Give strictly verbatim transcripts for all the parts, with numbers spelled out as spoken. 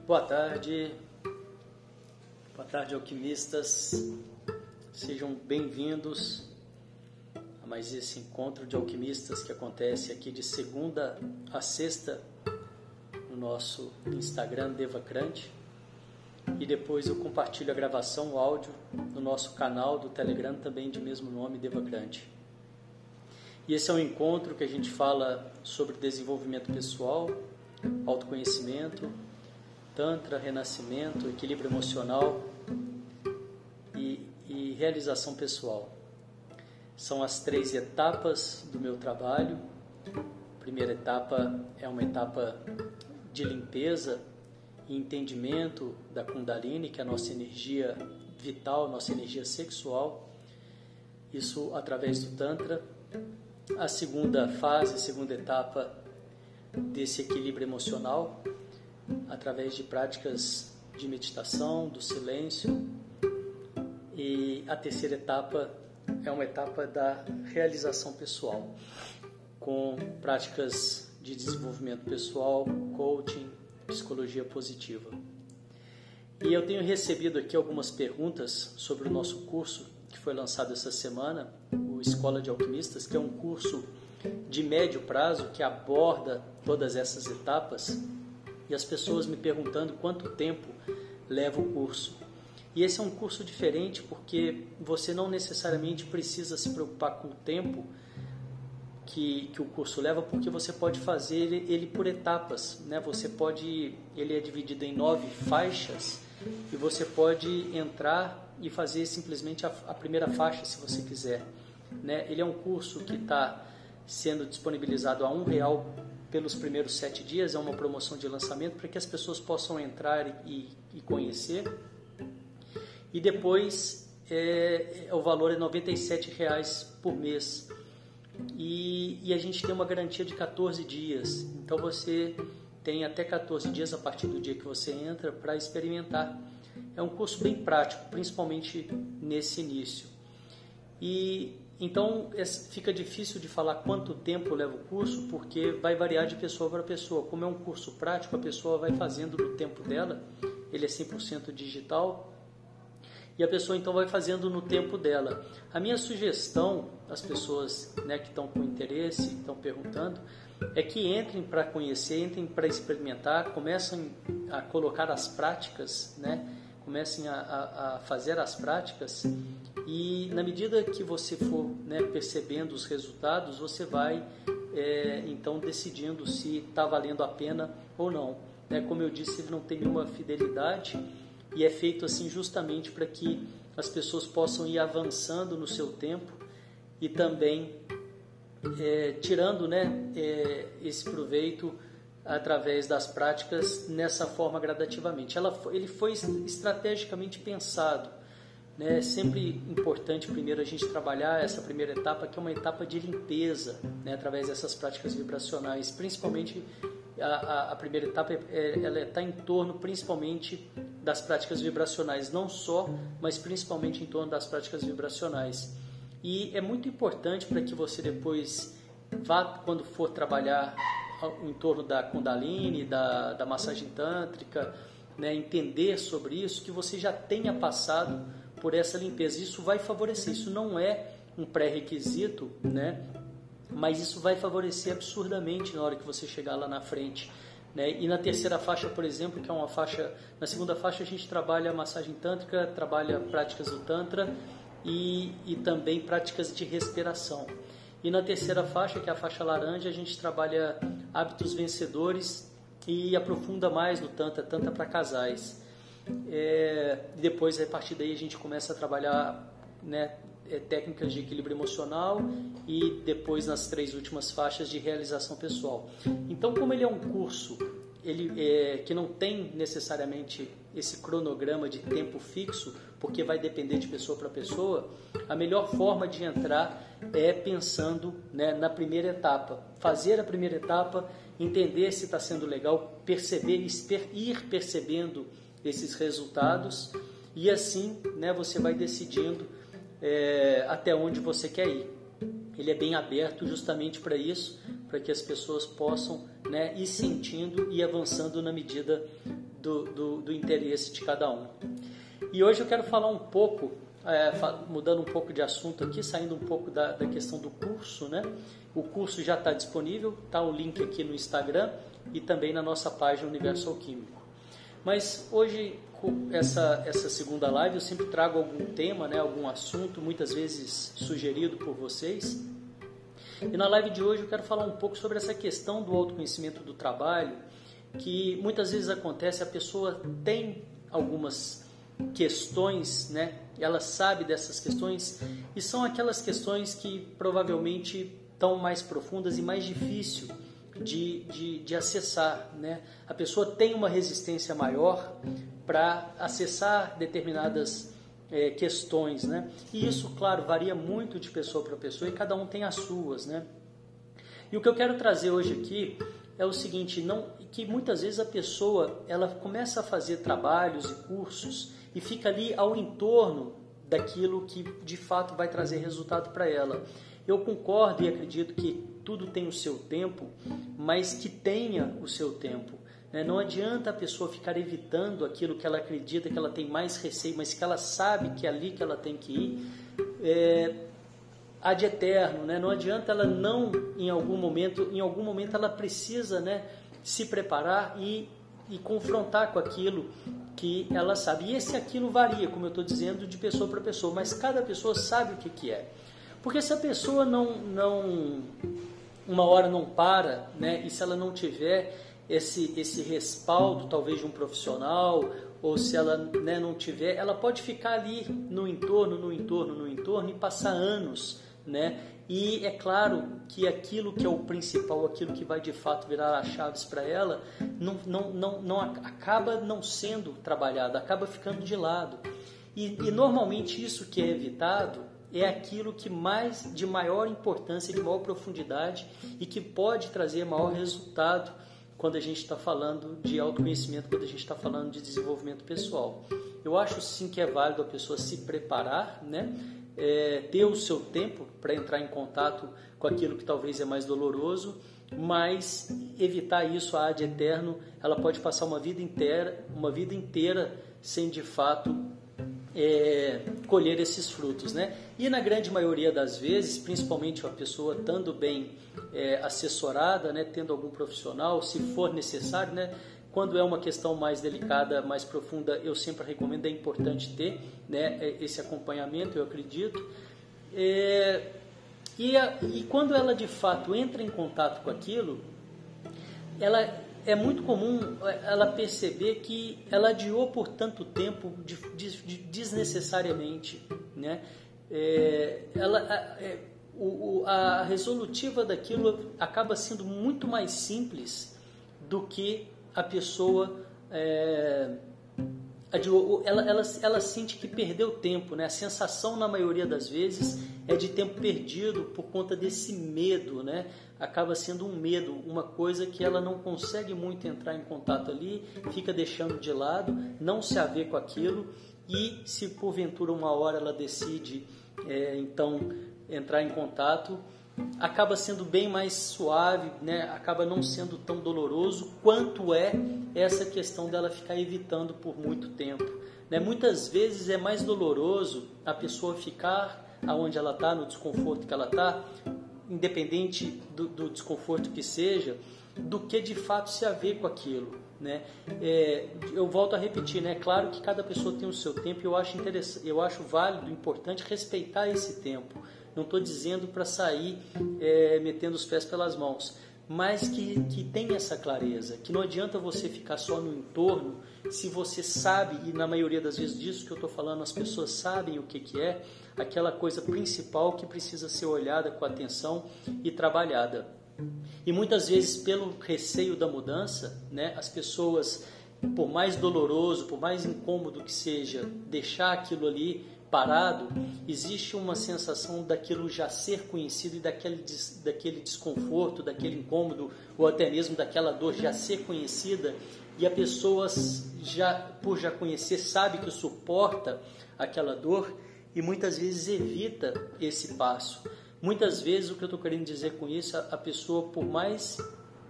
Boa tarde, boa tarde, alquimistas, sejam bem-vindos a mais esse encontro de alquimistas que acontece aqui de segunda a sexta no nosso Instagram Devacrante, e depois eu compartilho a gravação, o áudio, no nosso canal do Telegram também de mesmo nome, Devacrante. E esse é um encontro que a gente fala sobre desenvolvimento pessoal, autoconhecimento, Tantra, renascimento, equilíbrio emocional e, e realização pessoal. São as três etapas do meu trabalho. A primeira etapa é uma etapa de limpeza e entendimento da Kundalini, que é a nossa energia vital, nossa energia sexual. Isso através do Tantra. A segunda fase, a segunda etapa desse equilíbrio emocional, através de práticas de meditação, do silêncio. E a terceira etapa é uma etapa da realização pessoal, com práticas de desenvolvimento pessoal, coaching, psicologia positiva. E eu tenho recebido aqui algumas perguntas sobre o nosso curso, que foi lançado essa semana, o Escola de Alquimistas, que é um curso de médio prazo que aborda todas essas etapas, e as pessoas me perguntando quanto tempo leva o curso. E esse é um curso diferente porque você não necessariamente precisa se preocupar com o tempo que, que o curso leva, porque você pode fazer ele, ele por etapas, né? Você pode, ele é dividido em nove faixas e você pode entrar e fazer simplesmente a, a primeira faixa se você quiser, né? Ele é um curso que está sendo disponibilizado a um real pelos primeiros sete dias, é uma promoção de lançamento para que as pessoas possam entrar e, e conhecer. E depois é, o valor é noventa e sete reais por mês. E, e a gente tem uma garantia de quatorze dias. Então você tem até quatorze dias a partir do dia que você entra para experimentar. É um curso bem prático, principalmente nesse início. E então fica difícil de falar quanto tempo leva o curso, porque vai variar de pessoa para pessoa. Como é um curso prático, a pessoa vai fazendo no tempo dela, ele é cem por cento digital, e a pessoa então vai fazendo no tempo dela. A minha sugestão às pessoas, né, que estão com interesse, estão perguntando, é que entrem para conhecer, entrem para experimentar, comecem a colocar as práticas, né, comecem a, a, a fazer as práticas. E na medida que você for, né, percebendo os resultados, você vai é, então decidindo se está valendo a pena ou não. Né? Como eu disse, ele não tem nenhuma fidelidade e é feito assim justamente para que as pessoas possam ir avançando no seu tempo e também é, tirando, né, é, esse proveito através das práticas nessa forma gradativamente. Ela, ele foi estrategicamente pensado. É sempre importante primeiro a gente trabalhar essa primeira etapa, que é uma etapa de limpeza, né, através dessas práticas vibracionais. Principalmente a, a, a primeira etapa é, ela está em torno principalmente das práticas vibracionais, não só, mas principalmente em torno das práticas vibracionais. E é muito importante para que você depois vá, quando for trabalhar em torno da Kundalini, da, da massagem tântrica, né, entender sobre isso, que você já tenha passado por essa limpeza. Isso vai favorecer, isso não é um pré-requisito, né? Mas isso vai favorecer absurdamente na hora que você chegar lá na frente, né? E na terceira faixa, por exemplo, que é uma faixa, na segunda faixa a gente trabalha massagem tântrica, trabalha práticas do Tantra e, e também práticas de respiração. E na terceira faixa, que é a faixa laranja, a gente trabalha hábitos vencedores e aprofunda mais no Tantra, Tantra para casais. É, depois, a partir daí, a gente começa a trabalhar, né, técnicas de equilíbrio emocional e depois nas três últimas faixas de realização pessoal. Então, como ele é um curso ele, é, que não tem necessariamente esse cronograma de tempo fixo, porque vai depender de pessoa para pessoa, a melhor forma de entrar é pensando, né, na primeira etapa. Fazer a primeira etapa, entender se está sendo legal, perceber, ir percebendo esses resultados e assim, né, você vai decidindo é, até onde você quer ir. Ele é bem aberto justamente para isso, para que as pessoas possam, né, ir sentindo e avançando na medida do, do, do interesse de cada um. E hoje eu quero falar um pouco, é, mudando um pouco de assunto aqui, saindo um pouco da, da questão do curso, né? O curso já está disponível, está o link aqui no Instagram e também na nossa página Universo Alquímico. Mas hoje, essa, essa segunda live, eu sempre trago algum tema, né, algum assunto, muitas vezes sugerido por vocês. E na live de hoje eu quero falar um pouco sobre essa questão do autoconhecimento do trabalho, que muitas vezes acontece, a pessoa tem algumas questões, né, ela sabe dessas questões, e são aquelas questões que provavelmente estão mais profundas e mais difíceis de, de, de acessar, né? A pessoa tem uma resistência maior para acessar determinadas é, questões, né? E isso, claro, varia muito de pessoa para pessoa e cada um tem as suas, né? E o que eu quero trazer hoje aqui é o seguinte, não, que muitas vezes a pessoa ela começa a fazer trabalhos e cursos e fica ali ao entorno daquilo que de fato vai trazer resultado para ela. Eu concordo e acredito que tudo tem o seu tempo, mas que tenha o seu tempo. Né? Não adianta a pessoa ficar evitando aquilo que ela acredita, que ela tem mais receio, mas que ela sabe que é ali que ela tem que ir, é, ad eterno. Né? Não adianta ela não, em algum momento, em algum momento ela precisa, né, se preparar e, e confrontar com aquilo que ela sabe. E esse aquilo varia, como eu estou dizendo, de pessoa para pessoa, mas cada pessoa sabe o que, que é. Porque se a pessoa não, não, uma hora não para, né, e se ela não tiver esse, esse respaldo, talvez de um profissional, ou se ela, né, não tiver, ela pode ficar ali no entorno, no entorno, no entorno e passar anos, né? E é claro que aquilo que é o principal, aquilo que vai de fato virar as chaves para ela, não, não, não, não, acaba não sendo trabalhado, acaba ficando de lado. E, e normalmente isso que é evitado é aquilo que mais, de maior importância, de maior profundidade e que pode trazer maior resultado quando a gente está falando de autoconhecimento, quando a gente está falando de desenvolvimento pessoal. Eu acho sim que é válido a pessoa se preparar, né? É, ter o seu tempo para entrar em contato com aquilo que talvez é mais doloroso, mas evitar isso ad eterno, ela pode passar uma vida inteira, uma vida inteira sem de fato É, colher esses frutos, né? E na grande maioria das vezes, principalmente a pessoa estando bem é, assessorada, né, tendo algum profissional, se for necessário, né? Quando é uma questão mais delicada, mais profunda, eu sempre recomendo, é importante ter, né, esse acompanhamento, eu acredito. É, e, a, e quando ela de fato entra em contato com aquilo, ela é muito comum ela perceber que ela adiou por tanto tempo de, de, de, desnecessariamente, né? É, ela, a, é, o, a resolutiva daquilo acaba sendo muito mais simples do que a pessoa é, adiou, ela, ela, ela sente que perdeu tempo, né? A sensação na maioria das vezes é de tempo perdido por conta desse medo, né? Acaba sendo um medo, uma coisa que ela não consegue muito entrar em contato ali, fica deixando de lado, não se haver com aquilo, e se porventura uma hora ela decide é, então entrar em contato, acaba sendo bem mais suave, né? Acaba não sendo tão doloroso quanto é essa questão dela ficar evitando por muito tempo, né? Muitas vezes é mais doloroso a pessoa ficar aonde ela está, no desconforto que ela está, independente do, do desconforto que seja, do que de fato se haver com aquilo, né? É, eu volto a repetir, né? Claro que cada pessoa tem o seu tempo e eu acho interessante, eu acho válido, importante respeitar esse tempo. Não estou dizendo para sair é, metendo os pés pelas mãos, mas que, que tenha essa clareza, que não adianta você ficar só no entorno, se você sabe, e na maioria das vezes disso que eu estou falando, as pessoas sabem o que, que é, aquela coisa principal que precisa ser olhada com atenção e trabalhada. E muitas vezes, pelo receio da mudança, né, as pessoas, por mais doloroso, por mais incômodo que seja, deixar aquilo ali parado, existe uma sensação daquilo já ser conhecido e daquele, daquele desconforto, daquele incômodo, ou até mesmo daquela dor já ser conhecida, e a pessoa, já, por já conhecer, sabe que suporta aquela dor e muitas vezes evita esse passo. Muitas vezes, o que eu estou querendo dizer com isso, a pessoa, por mais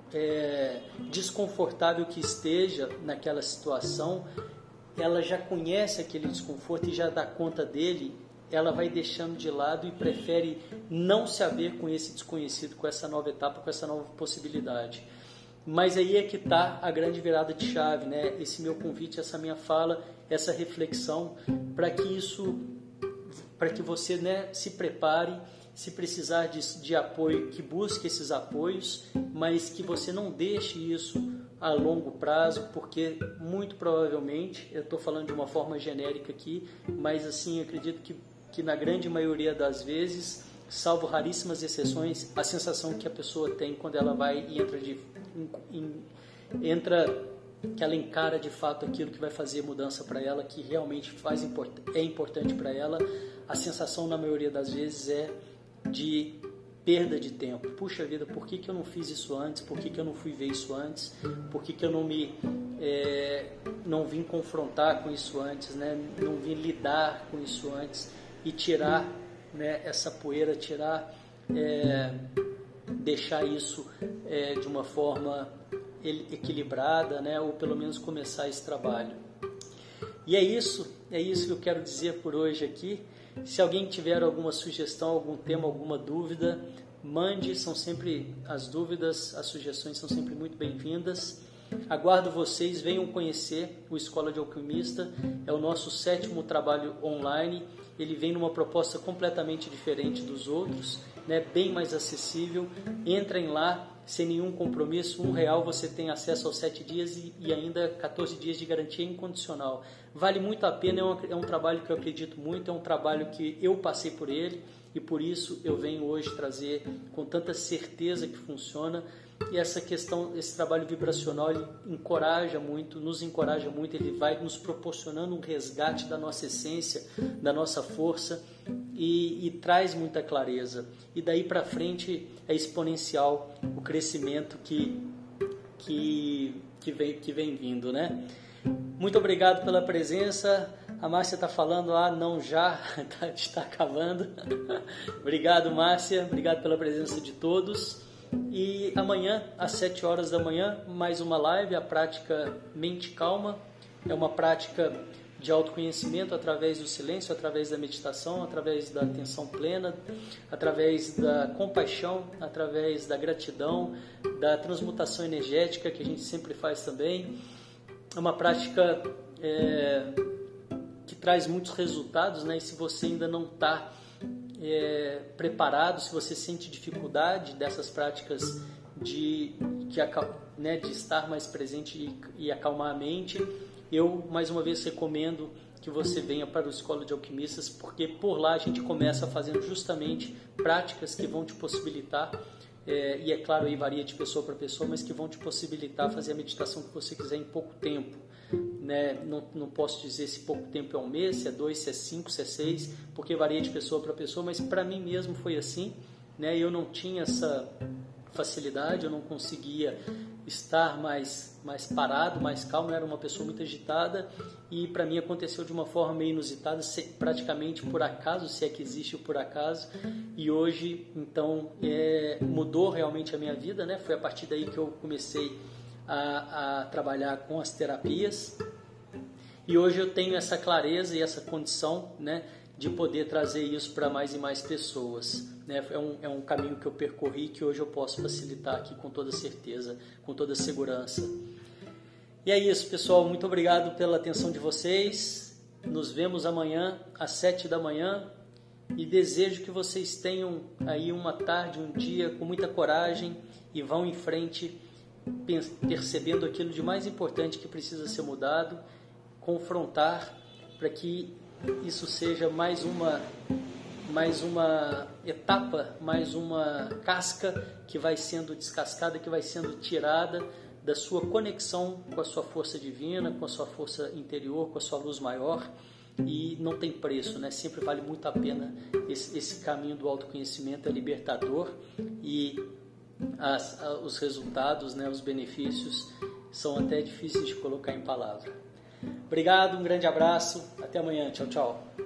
é, desconfortável que esteja naquela situação, ela já conhece aquele desconforto e já dá conta dele, ela vai deixando de lado e prefere não se haver com esse desconhecido, com essa nova etapa, com essa nova possibilidade. Mas aí é que está a grande virada de chave, né? Esse meu convite, essa minha fala, essa reflexão, para que isso, para que você, né, se prepare, se precisar de, de apoio, que busque esses apoios, mas que você não deixe isso a longo prazo, porque muito provavelmente, eu estou falando de uma forma genérica aqui, mas assim, eu acredito que, que na grande maioria das vezes, salvo raríssimas exceções, a sensação que a pessoa tem quando ela vai e entra de... Em, entra que ela encara de fato aquilo que vai fazer mudança para ela, que realmente faz, é importante para ela, a sensação na maioria das vezes é de perda de tempo. Puxa vida, por que, que eu não fiz isso antes? Por que, que eu não fui ver isso antes? Por que, que eu não me é, não vim confrontar com isso antes, né? Não vim lidar com isso antes e tirar, né, essa poeira, tirar, é, deixar isso é, de uma forma equilibrada, né? Ou pelo menos começar esse trabalho. E é isso, é isso que eu quero dizer por hoje aqui. Se alguém tiver alguma sugestão, algum tema, alguma dúvida, mande, são sempre as dúvidas, as sugestões são sempre muito bem-vindas. Aguardo vocês, venham conhecer o Escola de Alquimista, é o nosso sétimo trabalho online, ele vem numa proposta completamente diferente dos outros, né, bem mais acessível. Entrem lá, sem nenhum compromisso, um real você tem acesso aos sete dias e, e ainda quatorze dias de garantia incondicional. Vale muito a pena, é um, é um trabalho que eu acredito muito, é um trabalho que eu passei por ele e por isso eu venho hoje trazer com tanta certeza que funciona. E essa questão, esse trabalho vibracional, ele encoraja muito, nos encoraja muito, ele vai nos proporcionando um resgate da nossa essência, da nossa força e, e traz muita clareza. E daí para frente é exponencial o crescimento que, que, que, vem, que vem vindo, né? Muito obrigado pela presença. A Márcia está falando, ah, não já, está acabando. Obrigado, Márcia, obrigado pela presença de todos. E amanhã, às sete horas da manhã, mais uma live, a prática Mente Calma. É uma prática de autoconhecimento através do silêncio, através da meditação, através da atenção plena, através da compaixão, através da gratidão, da transmutação energética que a gente sempre faz também. É uma prática é, que traz muitos resultados, né? E se você ainda não está É, preparado, se você sente dificuldade dessas práticas de, de, né, de estar mais presente e, e acalmar a mente, eu mais uma vez recomendo que você venha para o Escola de Alquimistas, porque por lá a gente começa fazendo justamente práticas que vão te possibilitar, é, e é claro, aí varia de pessoa para pessoa, mas que vão te possibilitar fazer a meditação que você quiser em pouco tempo. Né? Não, não posso dizer se pouco tempo é um mês, se é dois, se é cinco, se é seis, porque varia de pessoa para pessoa, mas para mim mesmo foi assim, né? Eu não tinha essa facilidade, eu não conseguia estar mais, mais parado, mais calmo, eu era uma pessoa muito agitada e para mim aconteceu de uma forma meio inusitada, praticamente por acaso, se é que existe o por acaso, e hoje então é, mudou realmente a minha vida, né? Foi a partir daí que eu comecei A, a trabalhar com as terapias e hoje eu tenho essa clareza e essa condição, né, de poder trazer isso para mais e mais pessoas, né? É um, é um caminho que eu percorri que hoje eu posso facilitar aqui com toda certeza, com toda segurança. E é isso, pessoal, muito obrigado pela atenção de vocês, nos vemos amanhã às sete da manhã e desejo que vocês tenham aí uma tarde, um dia com muita coragem e vão em frente percebendo aquilo de mais importante que precisa ser mudado, confrontar para que isso seja mais uma, mais uma etapa, mais uma casca que vai sendo descascada, que vai sendo tirada da sua conexão com a sua força divina, com a sua força interior, com a sua luz maior, e não tem preço, né? Sempre vale muito a pena esse, esse caminho do autoconhecimento, é libertador e As, os resultados, né, os benefícios são até difíceis de colocar em palavra. Obrigado, um grande abraço, até amanhã, tchau, tchau.